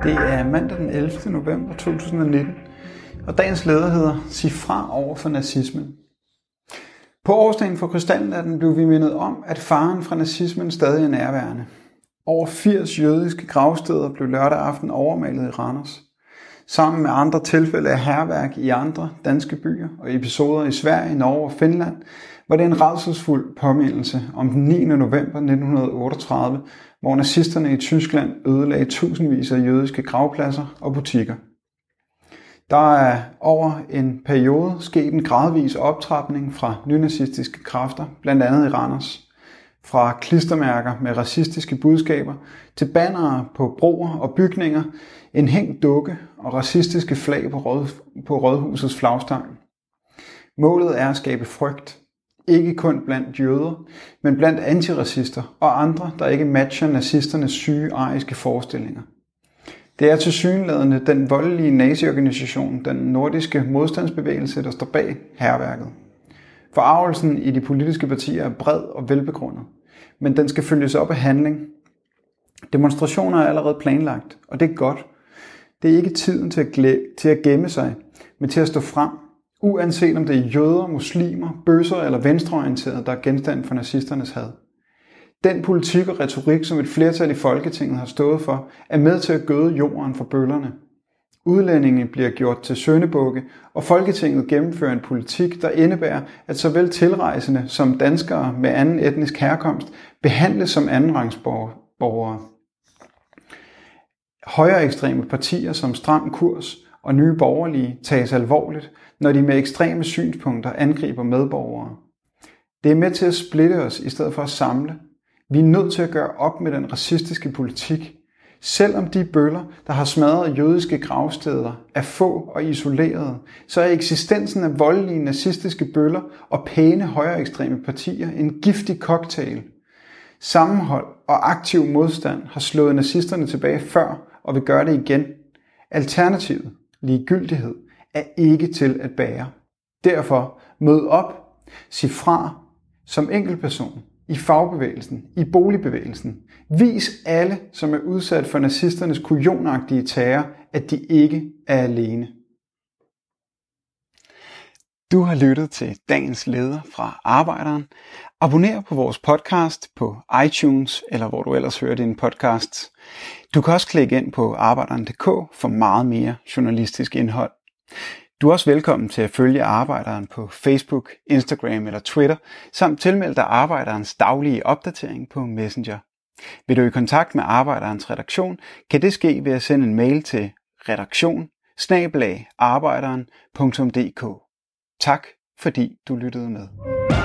Det er mandag den 11. november 2019, og dagens leder hedder Sig fra over for nazismen. På årsdagen for krystalnatten blev vi mindet om, at faren fra nazismen stadig er nærværende. Over 80 jødiske gravsteder blev lørdag aften overmalet i Randers. Sammen med andre tilfælde af hærværk i andre danske byer og episoder i Sverige, Norge og Finland, var det en rædselsfuld påmindelse om den 9. november 1938, hvor nazisterne i Tyskland ødelagde tusindvis af jødiske gravpladser og butikker. Der er over en periode sket en gradvis optrapning fra nynazistiske kræfter, blandt andet i Randers. Fra klistermærker med racistiske budskaber til bannere på broer og bygninger, en hængt dukke og racistiske flag på rådhusets flagstang. Målet er at skabe frygt, ikke kun blandt jøder, men blandt antiracister og andre, der ikke matcher nazisternes syge ariske forestillinger. Det er tilsyneladende den voldelige naziorganisation, den nordiske modstandsbevægelse, der står bag hærværket. Forargelsen i de politiske partier er bred og velbegrundet, men den skal følges op af handling. Demonstrationer er allerede planlagt, og det er godt. Det er ikke tiden til at gemme sig, men til at stå frem, uanset om det er jøder, muslimer, bøsser eller venstreorienterede, der er genstand for nazisternes had. Den politik og retorik, som et flertal i Folketinget har stået for, er med til at gøde jorden for bøllerne. Udlændinge bliver gjort til syndebukke, og Folketinget gennemfører en politik, der indebærer, at såvel tilrejsende som danskere med anden etnisk herkomst behandles som andenrangsborgere. Højere ekstreme partier som Stram Kurs og Nye Borgerlige tages alvorligt, når de med ekstreme synspunkter angriber medborgere. Det er med til at splitte os i stedet for at samle. Vi er nødt til at gøre op med den racistiske politik. Selvom de bøller, der har smadret jødiske gravsteder, er få og isolerede, så er eksistensen af voldelige nazistiske bøller og pæne højere ekstreme partier en giftig cocktail. Sammenhold og aktiv modstand har slået nazisterne tilbage før og vil gøre det igen. Alternativet, ligegyldighed, er ikke til at bære. Derfor mød op, sig fra som enkeltperson, i fagbevægelsen, i boligbevægelsen. Vis alle, som er udsat for nazisternes kujonagtige terror, at de ikke er alene. Du har lyttet til dagens leder fra Arbejderen. Abonner på vores podcast på iTunes, eller hvor du ellers hører dine podcasts. Du kan også klikke ind på arbejderen.dk for meget mere journalistisk indhold. Du er også velkommen til at følge Arbejderen på Facebook, Instagram eller Twitter, samt tilmelde dig Arbejderens daglige opdatering på Messenger. Vil du i kontakt med Arbejderens redaktion, kan det ske ved at sende en mail til redaktion@arbejderen.dk. Tak fordi du lyttede med.